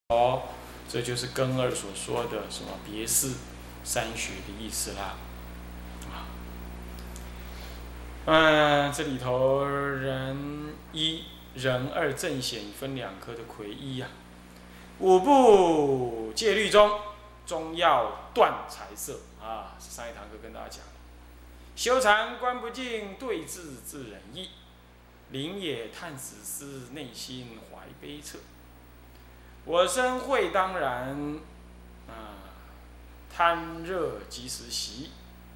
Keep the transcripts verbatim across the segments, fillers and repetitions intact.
哦，这就是根二所说的什么别释三学的意思啦。啊，嗯，这里头人一、人二正显分两科的魁一呀、啊。五部戒律中，中要断财色啊，上一堂课跟大家讲，修禅观不净，对治自忍意，灵也探死思，内心怀悲恻。我身慧当然，啊，贪热即时习，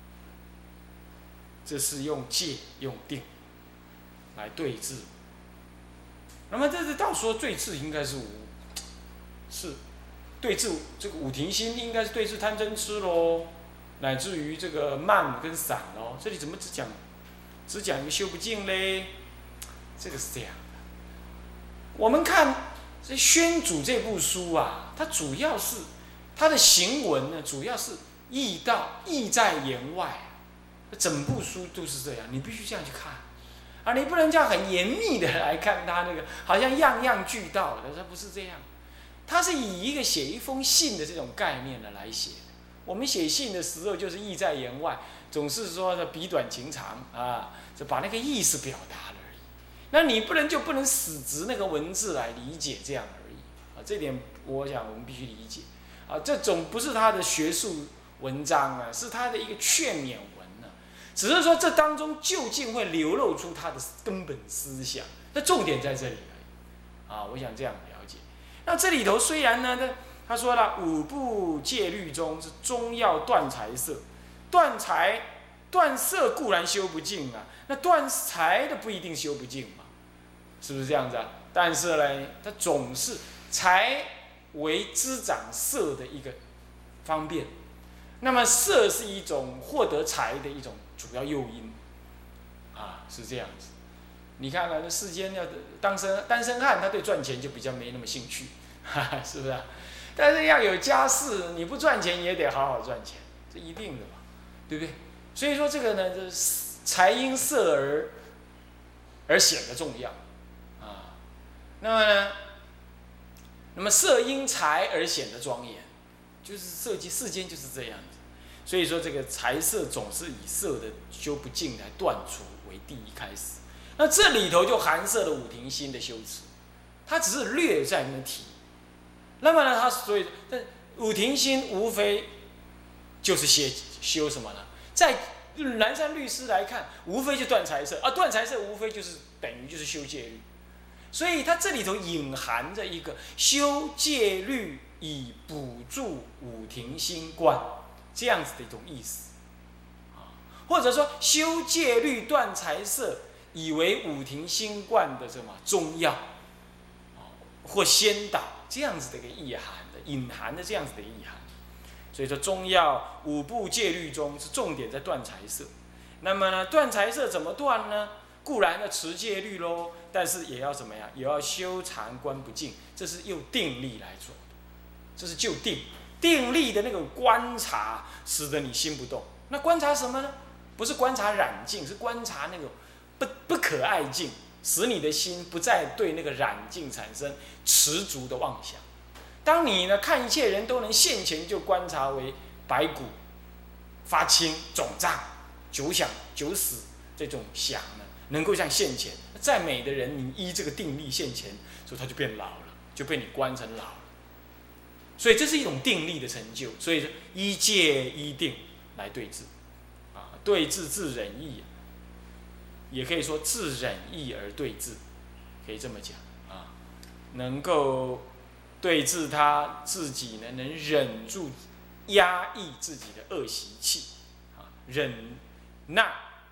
这是用戒用定来对治。那么这是道说对治应该是无，是对治这个五停心应该是对治贪嗔痴喽，乃至于这个慢跟散喽。这里怎么只讲只讲一个修不净嘞？这个是这样的。我们看这《宣祖》这部书啊，它主要是它的行文呢，主要是意道意在言外，整部书都是这样，你必须这样去看啊，你不能这样很严密的来看它那个，好像样样俱到的，它不是这样，它是以一个写一封信的这种概念呢来写的。我们写信的时候就是意在言外，总是说的笔短情长啊，就把那个意思表达了。那你不能就不能死执那个文字来理解这样而已啊，这点我想我们必须理解啊，这种不是他的学术文章啊，是他的一个劝勉文呢、啊。只是说这当中究竟会流露出他的根本思想，那重点在这里而已啊，我想这样了解。那这里头虽然呢，他说了五部戒律中是中要断财色，断财断色固然修不净啊，那断财的不一定修不净嘛。是不是这样子啊？但是呢，它总是财为滋长色的一个方便。那么色是一种获得财的一种主要诱因，啊，是这样子。你看看这世间要当身单身汉，他对赚钱就比较没那么兴趣，哈哈，是不是啊？但是要有家室，你不赚钱也得好好赚钱，这一定的嘛，对不对？所以说这个呢，这财因色而而显得重要。那么呢？那么色因财而显得庄严，就是设计世间就是这样子。所以说这个财色总是以色的修不净来断除为第一开始。那这里头就含摄了五停心的修持，它只是略在那提。那么呢，它所以但五停心无非就是修修什么呢？在南山律师来看，无非就断财色啊，断财色无非就是等于就是修戒律。所以它这里头隐含着一个修戒律以补助五停心观这样子的一种意思，或者说修戒律断财色以为五停心观的什么中要，或先导这样子的一个意涵的隐含的这样子的意涵。所以说中要五部戒律中是重点在断财色。那么呢，断财色怎么断呢？固然要持戒律喽，但是也要怎么样？也要修禅观不净，这是用定力来做的，这是就定定力的那种观察，使得你心不动。那观察什么呢？不是观察染净，是观察那种不不可爱净，使你的心不再对那个染净产生持足的妄想。当你呢看一切人都能现前就观察为白骨、发青、肿胀、久想久死这种想呢，能够像现前，再美的人，你依这个定力现前，所以他就变老了，就被你观成老了。所以这是一种定力的成就。所以依戒依定来对治，啊，对治自忍意，也可以说自忍意而对治，可以这么讲啊，能够对治他自己呢，能忍住压抑自己的恶习气，啊，忍耐。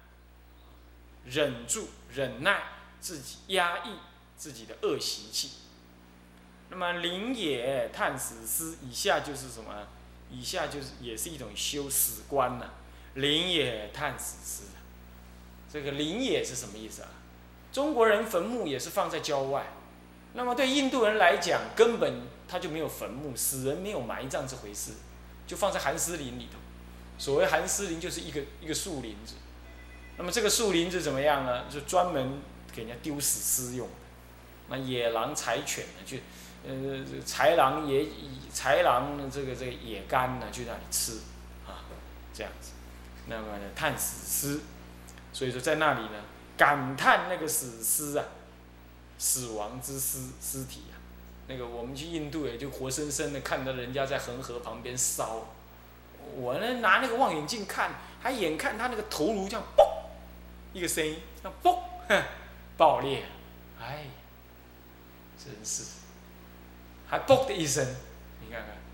忍住、忍耐自己，压抑自己的恶习气。那么灵也探死思，以下就是什么？以下就是也是一种修死观了。灵也探死思，这个灵也是什么意思啊？中国人坟墓也是放在郊外，那么对印度人来讲，根本他就没有坟墓，死人没有埋葬这回事，就放在寒湿林里头。所谓寒湿林，就是一个一个树林子。那么这个树林子怎么样呢？就专门给人家丢死尸用的， 那野狼、柴犬呢，就呃豺狼、野豺狼这个这个野干呢，去那里吃啊，这样子。那么呢，叹死尸，所以说在那里呢，感叹那个死尸啊，死亡之尸尸体啊。那个我们去印度也就活生生的看到人家在恒河旁边烧，我呢拿那个望远镜看，还眼看他那个头颅这样嘣，一个声音，这样嘣，爆裂，哎，真是，还嘣的一声，你看看。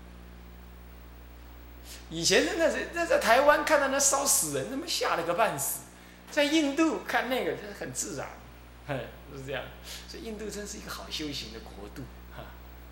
以前真的是那在台湾看到那烧死人，他妈吓了个半死，在印度看那个，这很自然，嘿，就是这样。所以印度真是一个好修行的国度，哈。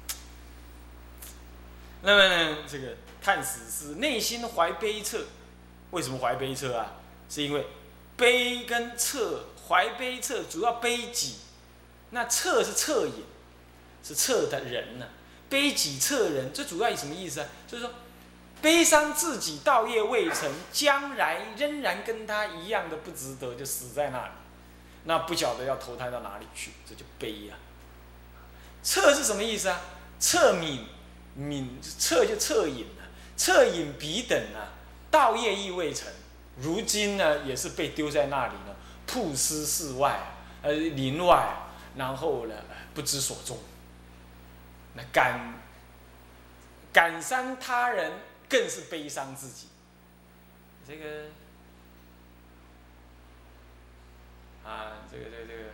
那么呢，这个叹死尸，内心怀悲恻，为什么怀悲恻啊？是因为悲跟恻，怀悲恻主要悲己，那恻是恻隐，是恻的人呢、啊。悲己恻人，这主要以什么意思啊？就是说。悲伤自己道业未成，将来仍然跟他一样的不值得，就死在那里，那不晓得要投胎到哪里去，这就悲呀、啊。恻是什么意思啊？恻隐，隐恻就恻隐啊，恻隐彼等啊，道业亦未成，如今呢也是被丢在那里呢，曝尸室外，呃林外，然后呢不知所终。那感感伤他人。更是悲伤自己。这个啊，这个这个这个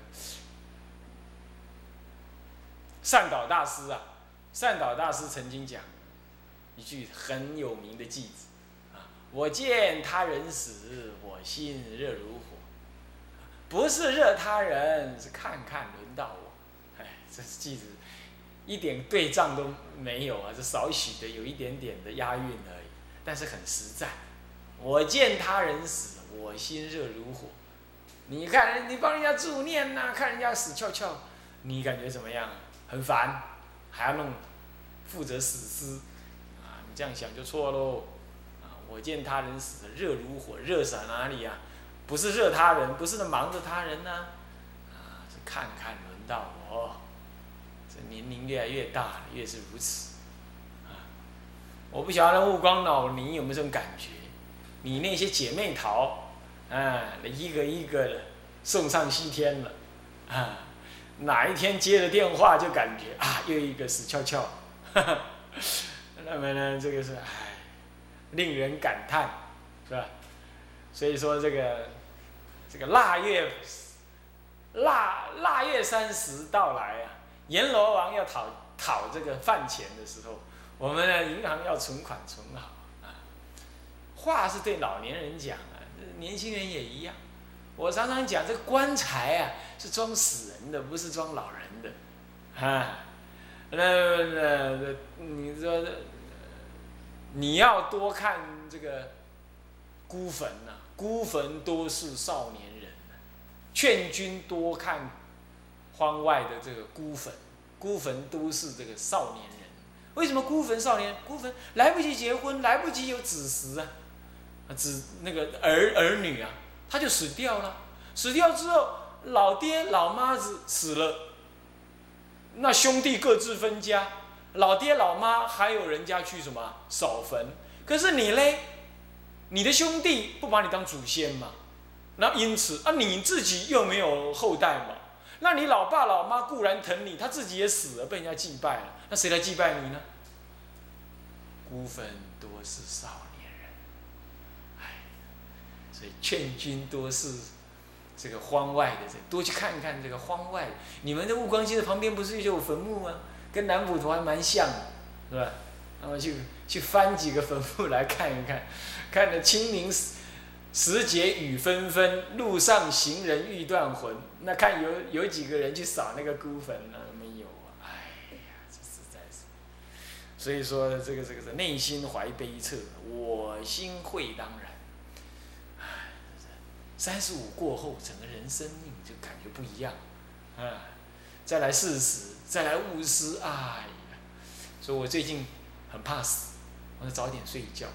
善导大师啊，善导大师曾经讲一句很有名的句子啊：“我见他人死，我心热如火。”不是热他人，是看看轮到我。哎，这是句子。一点对仗都没有啊，这少许的有一点点的押韵而已，但是很实在。我见他人死，我心热如火。你看，你帮人家助念呐、啊，看人家死翘翘，你感觉怎么样？很烦，还要弄负责死尸啊！你这样想就错喽。啊，我见他人死，热如火，热在哪里啊？不是热他人，不是忙着他人呐、啊，啊，是看看轮到我。年龄越来越大了，越是如此，啊！我不晓得悟光老你有没有这种感觉？你那些姐妹淘，啊，一个一个的送上西天了，啊，哪一天接了电话就感觉啊，又一个死翘翘，那么呢，这个是唉，令人感叹，是吧？所以说这个这个腊月腊腊月三十到来啊。阎罗王要讨讨这个饭钱的时候，我们呢银行要存款存好啊。话是对老年人讲啊，年轻人也一样。我常常讲，这个棺材啊是装死人的，不是装老人的，啊。那那你说，你要多看这个孤坟呐、啊，孤坟多是少年人、啊，劝君多看。荒外的这个孤坟，孤坟都是这个少年人。为什么孤坟少年？孤坟来不及结婚，来不及有子嗣啊，子那个儿儿女啊，他就死掉了。死掉之后，老爹老妈子死了，那兄弟各自分家，老爹老妈还有人家去什么扫坟。可是你嘞，你的兄弟不把你当祖先嘛？那因此啊，你自己又没有后代嘛？那你老爸老妈固然疼你，他自己也死了，被人家祭拜了，那谁来祭拜你呢？孤坟多是少年人，哎，所以劝君多是这个荒外的，多去看看这个荒外的。你们的悟光街的旁边不是就有坟墓吗？跟南普陀还蛮像的，是吧？那么去去翻几个坟墓来看一看，看得清明时节雨纷纷，路上行人欲断魂。那看有有几个人去扫那个孤坟呢？没有啊！哎呀，这实在是。所以说这个这个是内心怀悲恻，我心会当然。哎，三十五过后，整个人生命就感觉不一样。啊，再来四十，再来五十，哎呀！所以我最近很怕死，我要早点睡觉。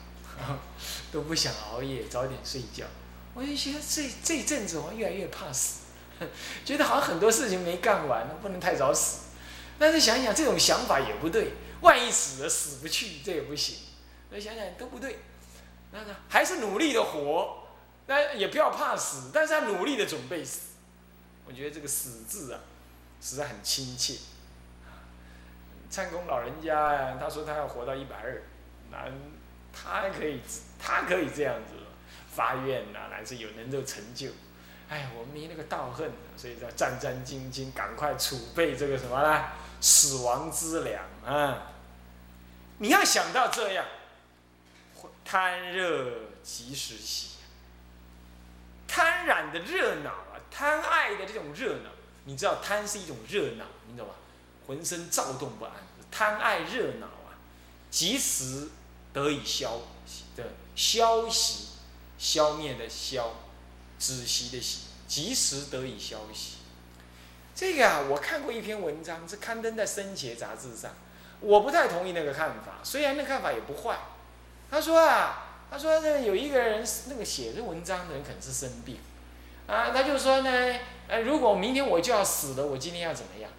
都不想熬夜，早点睡觉。我就觉得这这阵子我越来越怕死， 觉得好像很多事情没干完，不能太早死。但是想一想，这种想法也不对，万一死了死不去，这也不行。所以想想都不对，那个还是努力的活，那也不要怕死，但是要努力的准备死。我觉得这个死字啊，实在很亲切。灿公老人家呀，他说他要活到一百二，那他可以，他可以这样子发愿呐、啊，乃至有能够成就。哎，我没那个道恨，所以要战战兢兢，赶快储备这个什么呢？死亡之粮啊！你要想到这样，贪热即时息，贪婪的热闹啊，贪爱的这种热闹，你知道贪是一种热闹，你懂吗？浑身躁动不安，贪爱热闹啊，即时得以消的消息，消灭的消，止息的息，即时得以消息。这个啊，我看过一篇文章，是刊登在《生前》杂志上，我不太同意那个看法，虽然那个看法也不坏。他说啊，他说那有一个人，那个写这文章的人可能是生病，啊，他就说呢，呃，如果明天我就要死了，我今天要怎么样？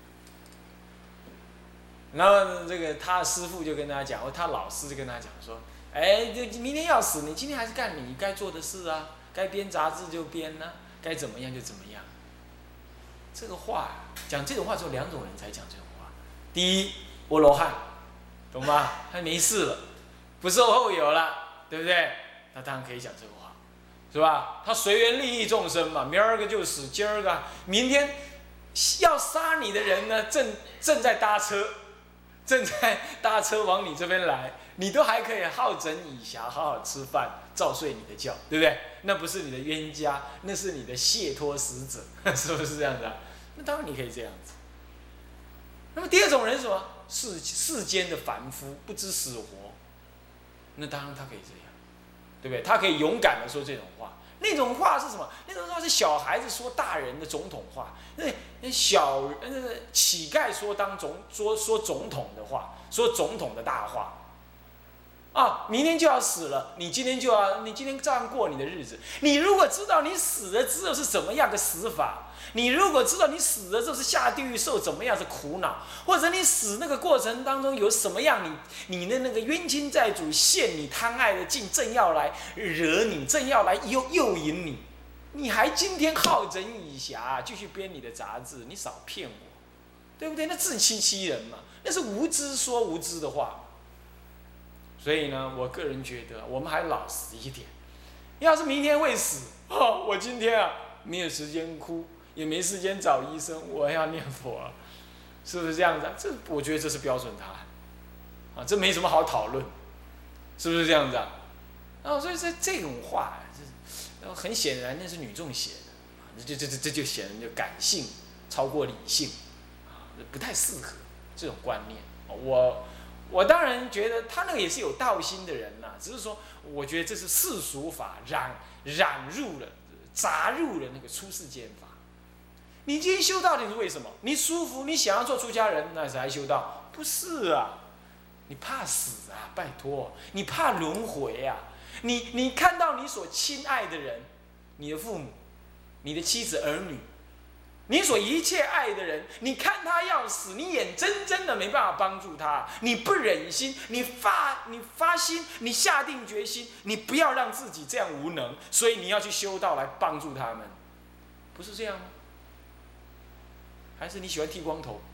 然后这个他师父就跟他讲，或他老师就跟他讲说，哎，这明天要死，你今天还是干你该做的事啊，该编杂志就编啊，该怎么样就怎么样。这个话讲这种话只有两种人才讲这种话。第一，阿罗汉，懂吗？他没事了，不受后有了，对不对？他当然可以讲这个话，是吧？他随缘利益众生嘛，明儿个就死，今儿个明天要杀你的人呢，正正在搭车，正在搭车往你这边来，你都还可以好整以暇，好好吃饭，照睡你的觉，对不对？那不是你的冤家，那是你的解脱使者，是不是这样子啊？那当然你可以这样子。那么第二种人是什么？世世间的凡夫，不知死活。那当然他可以这样，对不对？他可以勇敢的说这种话。那种话是什么？那种话是小孩子说大人的总统话，那那小那乞丐说当总说说总统的话，说总统的大话。啊，明天就要死了，你今天就要，你今天照样过你的日子。你如果知道你死了之后是怎么样的死法，你如果知道你死了之后是下地狱受怎么样的苦恼，或者你死那个过程当中有什么样你你的那个冤亲债主陷你贪爱的境，正要来惹你，正要来诱诱引你，你还今天好整以暇，继续编你的杂志，你少骗我，对不对？那自欺欺人嘛，那是无知说无知的话。所以呢，我个人觉得我们还老实一点。要是明天会死，哦，我今天啊没有时间哭，也没时间找医生，我要念佛啊，是不是这样子啊？这我觉得这是标准答案，啊，这没什么好讨论，是不是这样子啊？啊，所以这这种话，这很显然那是女众写的，这这这这就显然就感性超过理性，啊，不太适合这种观念。我。我当然觉得他那个也是有道心的人呐、啊，只是说，我觉得这是世俗法染染入了、杂入了那个出世间法。你今天修道你是为什么？你舒服，你想要做出家人，那才修道？不是啊，你怕死啊，拜托，你怕轮回啊，你你看到你所亲爱的人，你的父母、你的妻子儿女。你所一切爱的人，你看他要死，你眼睁睁的没办法帮助他，你不忍心，你发你发心，你下定决心，你不要让自己这样无能，所以你要去修道来帮助他们，不是这样吗？还是你喜欢剃光头？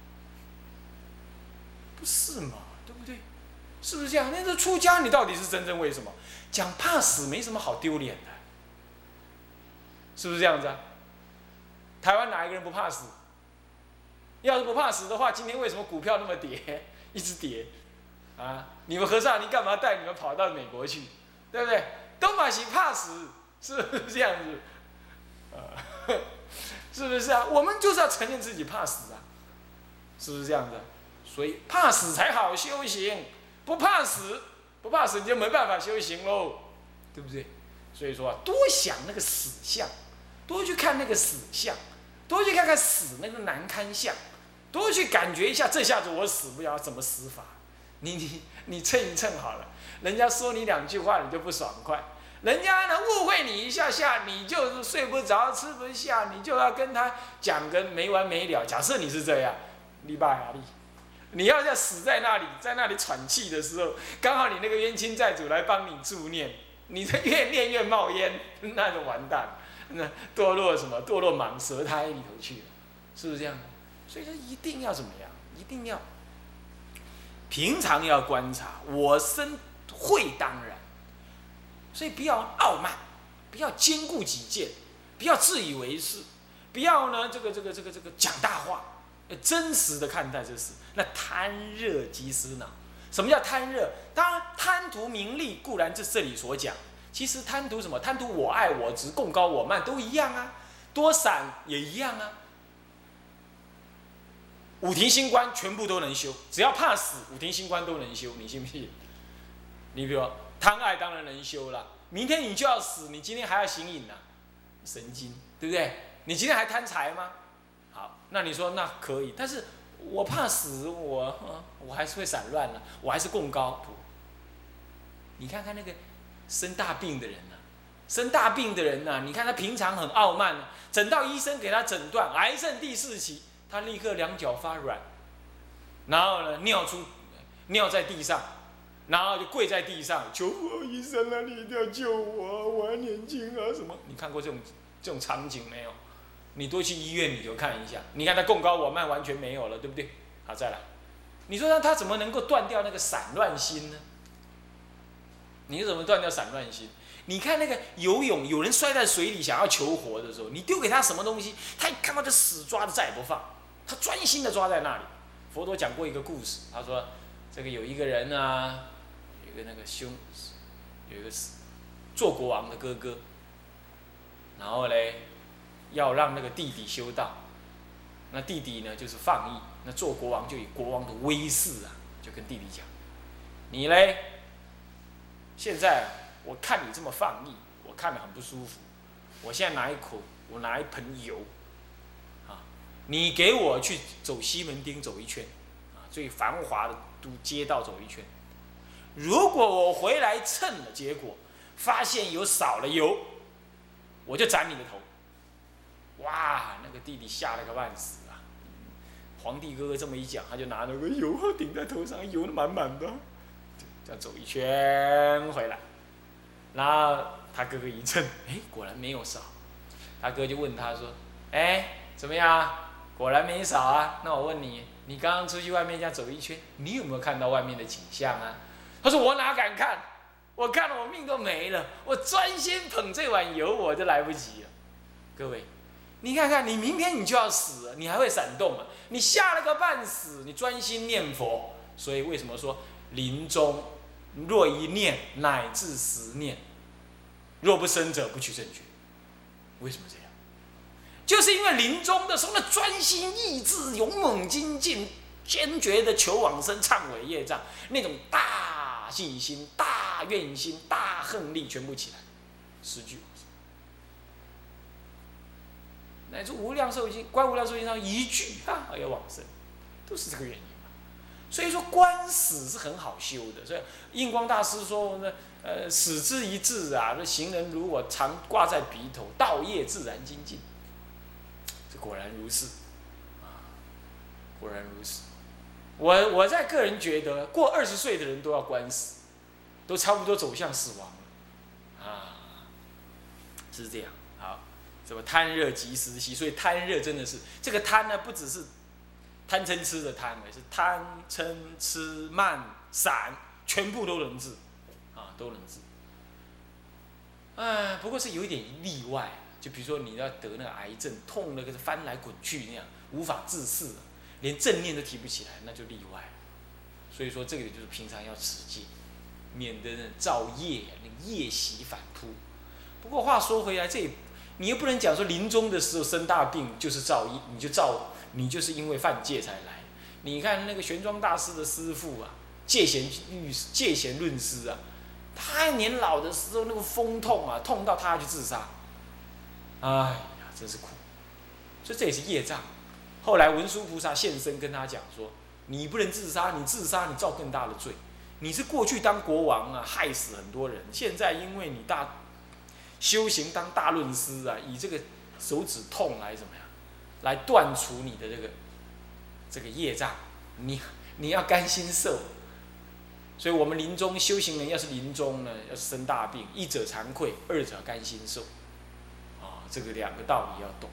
不是嘛，对不对？是不是这样？那这出家你到底是真正为什么？讲怕死没什么好丢脸的，是不是这样子啊？台湾哪一个人不怕死？要是不怕死的话，今天为什么股票那么跌，一直跌？啊，你们和尚，你干嘛带你们跑到美国去？对不对？都嘛是怕死，是不是这样子？啊，是不是啊？我们就是要承认自己怕死啊，是不是这样子？所以怕死才好修行，不怕死，不怕死你就没办法修行喽，对不对？所以说啊，多想那个死相。多去看那个死相，多去看看死那个难堪相，多去感觉一下，这下子我死不了怎么死法？你你你称一称好了，人家说你两句话你就不爽快， 人家呢误会你一下下，你就是睡不着、吃不下，你就要跟他讲个没完没了。假设你是这样，你爸呀你，你要在死在那里，在那里喘气的时候，刚好你那个冤亲债主来帮你助念，你这越念越冒烟，那就完蛋了，那堕落什么？堕落蟒蛇胎里头去了，是不是这样？所以说一定要怎么样？一定要平常要观察，我生会当然。所以不要傲慢，不要坚固己见，不要自以为是，不要呢这个这个这个这个讲大话，真实的看待这事。那贪热即失脑。什么叫贪热？当然贪图名利固然是这里所讲，其实贪图什么？贪图我爱我执、共高我慢都一样啊，多散也一样啊。五庭星官全部都能修，只要怕死，五庭星官都能修，你信不信？你比如说贪爱当然能修了，明天你就要死，你今天还要行淫呢，神经，对不对？你今天还贪财吗？好，那你说那可以，但是我怕死，我我还是会散乱了，我还是共高。你看看那个生大病的人呐、啊，生大病的人呐、啊，你看他平常很傲慢、啊，等到医生给他诊断癌症第四期，他立刻两脚发软，然后呢尿出尿在地上。然后就跪在地上求我医生啊，你一定要救我，我还年轻啊什么？你看过这种这种场景没有？你多去医院你就看一下，你看他共高我慢完全没有了，对不对？好，再来，你说他他怎么能够断掉那个散乱心呢？你怎么断掉散乱心？你看那个游泳，有人摔在水里想要求活的时候，你丢给他什么东西，他一看到就死抓着再也不放，他专心的抓在那里。佛陀讲过一个故事，他说这个有一个人啊。有个那个兄，有一个做国王的哥哥，然后嘞，要让那个弟弟修道，那弟弟呢就是放逸，那做国王就以国王的威势啊，就跟弟弟讲，你嘞，现在我看你这么放逸，我看得很不舒服，我现在拿一口，我拿一盆油，啊，你给我去走西门町走一圈，啊，最繁华的都街道走一圈。如果我回来称了，结果发现有少了油，我就斩你的头。哇，那个弟弟吓了个半死啊！皇帝哥哥这么一讲，他就拿那个油顶在头上，油满满的，这样走一圈回来。然后他哥哥一称，哎，果然没有少。他哥就问他说：“哎，怎么样？果然没少啊？那我问你，你刚刚出去外面这样走一圈，你有没有看到外面的景象啊？”他说：“我哪敢看，我看了我命都没了，我专心捧这碗油我就来不及了。”各位，你看看，你明天你就要死了，你还会闪动啊？你吓了个半死，你专心念佛。所以为什么说临终若一念乃至十念，若不生者不取正觉？为什么这样？就是因为临终的时候，那专心意志、勇猛精进、坚决的求往生、忏悔业障，那种大信心、大愿心、大恨力全部起来，十句往生，乃至无量寿经、观无量寿经上一句啊要往生，都是这个原因嘛。所以说观死是很好修的。所以印光大师说呢，呃，死之一志啊，那行人如果常挂在鼻头，道业自然精进。这果然如是，啊，果然如是。我我在个人觉得，过二十岁的人都要观死，都差不多走向死亡了，啊，是这样。好，什么贪热即失息，所以贪热真的是这个贪呢，不只是贪嗔痴的贪，而是贪嗔痴慢散，全部都能治，啊，都能治。哎，不过是有一点例外，就比如说你要得那个癌症，痛那个翻来滚去那样，无法自视，连正念都提不起来，那就例外。所以说这个就是平常要持戒，免得造业，那业习反扑。不过话说回来，这也你又不能讲说临终的时候生大病就是造业，你就造你就是因为犯戒才来。你看那个玄奘大师的师父啊，戒贤律戒贤论师啊，他年老的时候那个风痛啊，痛到他要去自杀，哎呀，真是苦。所以这也是业障。后来文殊菩萨现身跟他讲说，你不能自杀，你自杀你造更大的罪。你是过去当国王啊，害死很多人，现在因为你大修行当大论师啊，以这个手指痛来怎么样，来断除你的这个这个业障，你你要甘心受。所以我们临终修行人要是临终呢，要是生大病，一者惭愧，二者甘心受，啊，这个两个道理要懂。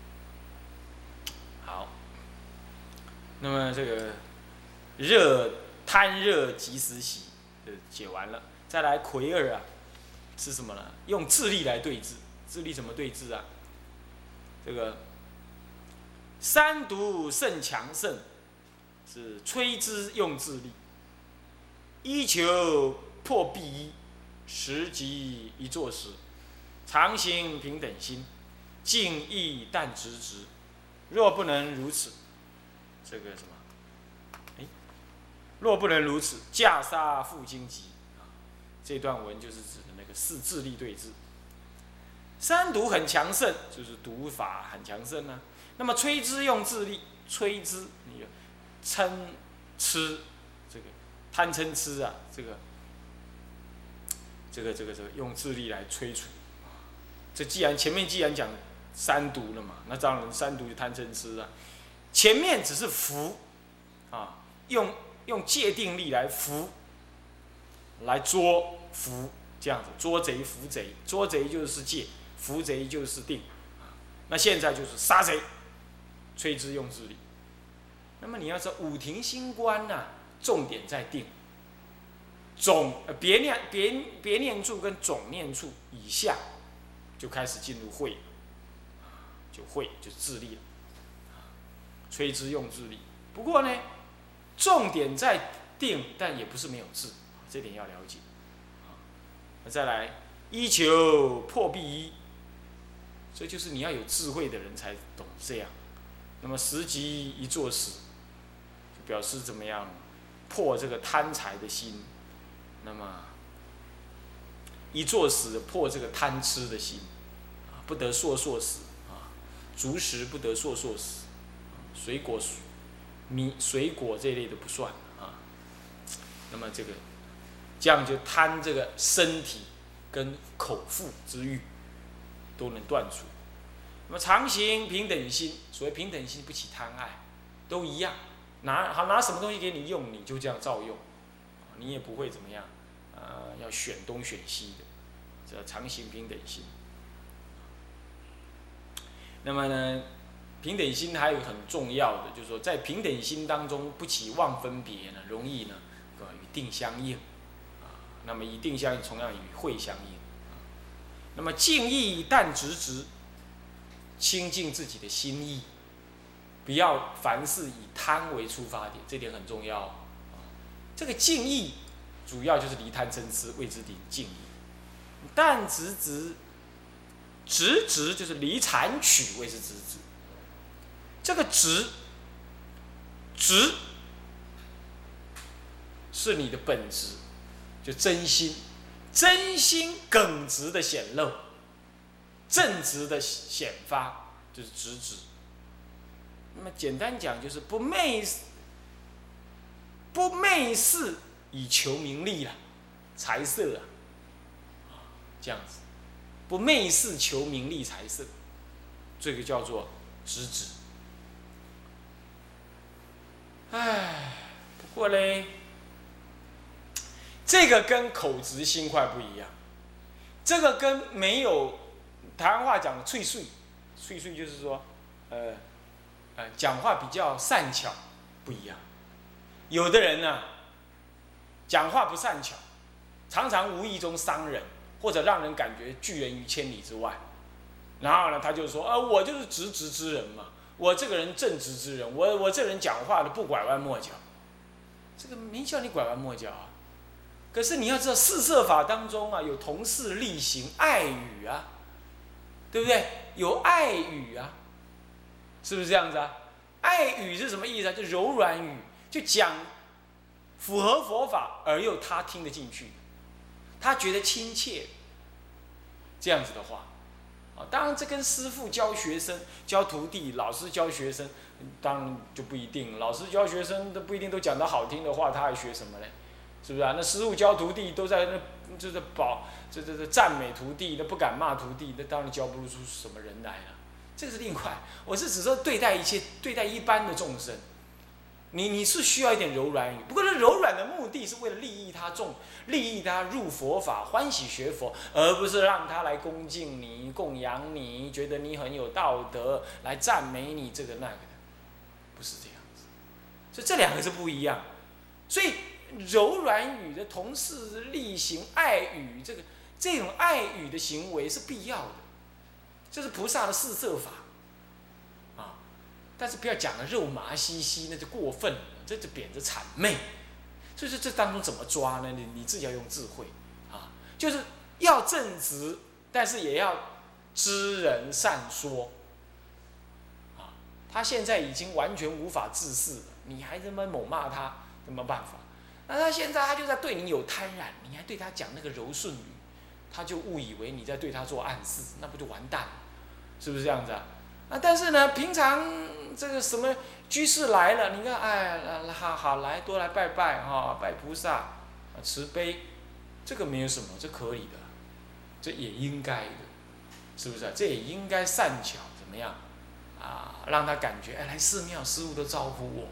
好，那么这个热贪热即时息，就解完了。再来魁二啊，是什么呢？用智力来对治，智力怎么对治啊？这个三毒甚强盛，是摧之用智力。一求破必一，时即一作时，常行平等心，静意淡直直。若不能如此，这个什么？哎，若不能如此，架杀复荆棘。啊，这段文就是指的那个四智力对治。三毒很强盛，就是毒法很强盛啊。那么摧之用智力，摧之你就嗔痴这个。贪嗔痴啊，这个，这个这个这个用智力来摧除，这既然前面既然讲三毒了嘛，那当然三毒就贪嗔痴啊。前面只是伏，啊，用用戒定力来伏，来捉伏，这样子捉贼伏贼，捉贼就是戒，伏贼就是定，啊，那现在就是杀贼，摧之用智力。那么你要说五庭心观呐、啊。重点在定，总呃别念别别念处跟总念处以下，就开始进入慧，就慧就是智力了，摧之用智力。不过呢，重点在定，但也不是没有智，这点要了解。那再来一求破必一，这就是你要有智慧的人才懂这样。那么时即一作时，就表示怎么样？破这个贪财的心，那么一作时破这个贪吃的心，不得烁烁食啊，竹食不得烁烁食，水果、米、水果这类的不算啊。那么这个这样就贪这个身体跟口腹之欲都能断除。那么常行平等心，所谓平等心不起贪爱，都一样。拿好拿什么东西给你用，你就这样照用，你也不会怎么样，啊、呃，要选东选西的，这常行平等心。那么呢，平等心还有很重要的，就是说在平等心当中不起妄分别呢，容易呢，呃，与定相应，啊，那么以定相应，同样与慧相应，啊，那么静意淡直直，清净自己的心意。不要凡事以贪为出发点，这点很重要。这个静意主要就是离贪嗔痴谓之静意，淡直直，直直就是离残取谓之直直。这个直，直是你的本质，就真心，真心耿直的显露，正直的显发，就是直直。那么简单讲就是不昧不昧事以求名利啦，财色啊，这样子，不昧事求名利财色，这个叫做直直。唉，不过嘞，这个跟口直心快不一样，这个跟没有台湾话讲的脆碎，脆碎就是说，呃。呃，讲话比较善巧，不一样。有的人呢、啊，讲话不善巧，常常无意中伤人，或者让人感觉拒人于千里之外。然后呢，他就说：“呃，我就是直直之人嘛，我这个人正直之人，我我这人讲话的不拐弯抹角。”这个没叫你拐弯抹角啊。可是你要知道，四摄法当中啊，有同事力行爱语啊，对不对？有爱语啊。是不是这样子啊？爱语是什么意思啊？就柔软语，就讲符合佛法而又他听得进去，他觉得亲切，这样子的话，啊，当然这跟师父教学生、教徒弟、老师教学生，当然就不一定。老师教学生都不一定都讲得好听的话，他还学什么嘞？ 是不是啊？那师父教徒弟都在那，就是保，这这这赞美徒弟，那不敢骂徒弟，那当然教不出什么人来了。这个是另外，我是只说对待一切，对待一般的众生，你你是需要一点柔软语，不过这柔软的目的是为了利益他众，利益他入佛法，欢喜学佛，而不是让他来恭敬你、供养你，觉得你很有道德，来赞美你这个那个的，不是这样子。所以这两个是不一样。所以柔软语的同事力行爱语，这个这种爱语的行为是必要的，这是菩萨的四摄法。但是不要讲了肉麻兮兮，那就过分了，这就贬着谄媚。所以说这当中怎么抓呢？你你自己要用智慧啊，就是要正直，但是也要知人善说。啊，他现在已经完全无法自视了，你还这么猛骂他，有没有办法？那他现在他就在对你有贪婪，你还对他讲那个柔顺语，他就误以为你在对他做暗示，那不就完蛋了？是不是这样子啊？啊，但是呢，平常这个什么居士来了，你看，哎，好好来，多来拜拜哈、哦，拜菩萨，啊，慈悲，这个没有什么，这可以的，这也应该的，是不是、啊？这也应该善巧怎么样啊？让他感觉，哎，来寺庙，师父都招呼我。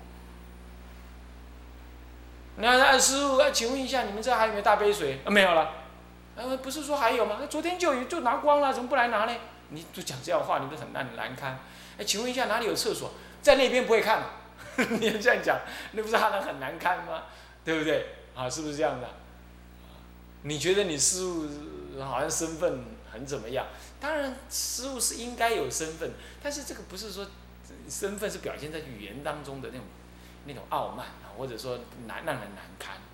那那师父，哎，请问一下，你们这还有没有大杯水？啊，没有了。呃，不是说还有吗？那昨天就有，就拿光了，怎么不来拿呢？你就讲这样的话，你不是很难难堪？哎，请问一下哪里有厕所？在那边不会看，你要这样讲，那不是他很难堪吗？对不对？啊，是不是这样的？你觉得你师父好像身份很怎么样？当然，师父是应该有身份，但是这个不是说身份是表现在语言当中的那种那种傲慢啊，或者说难让人难堪。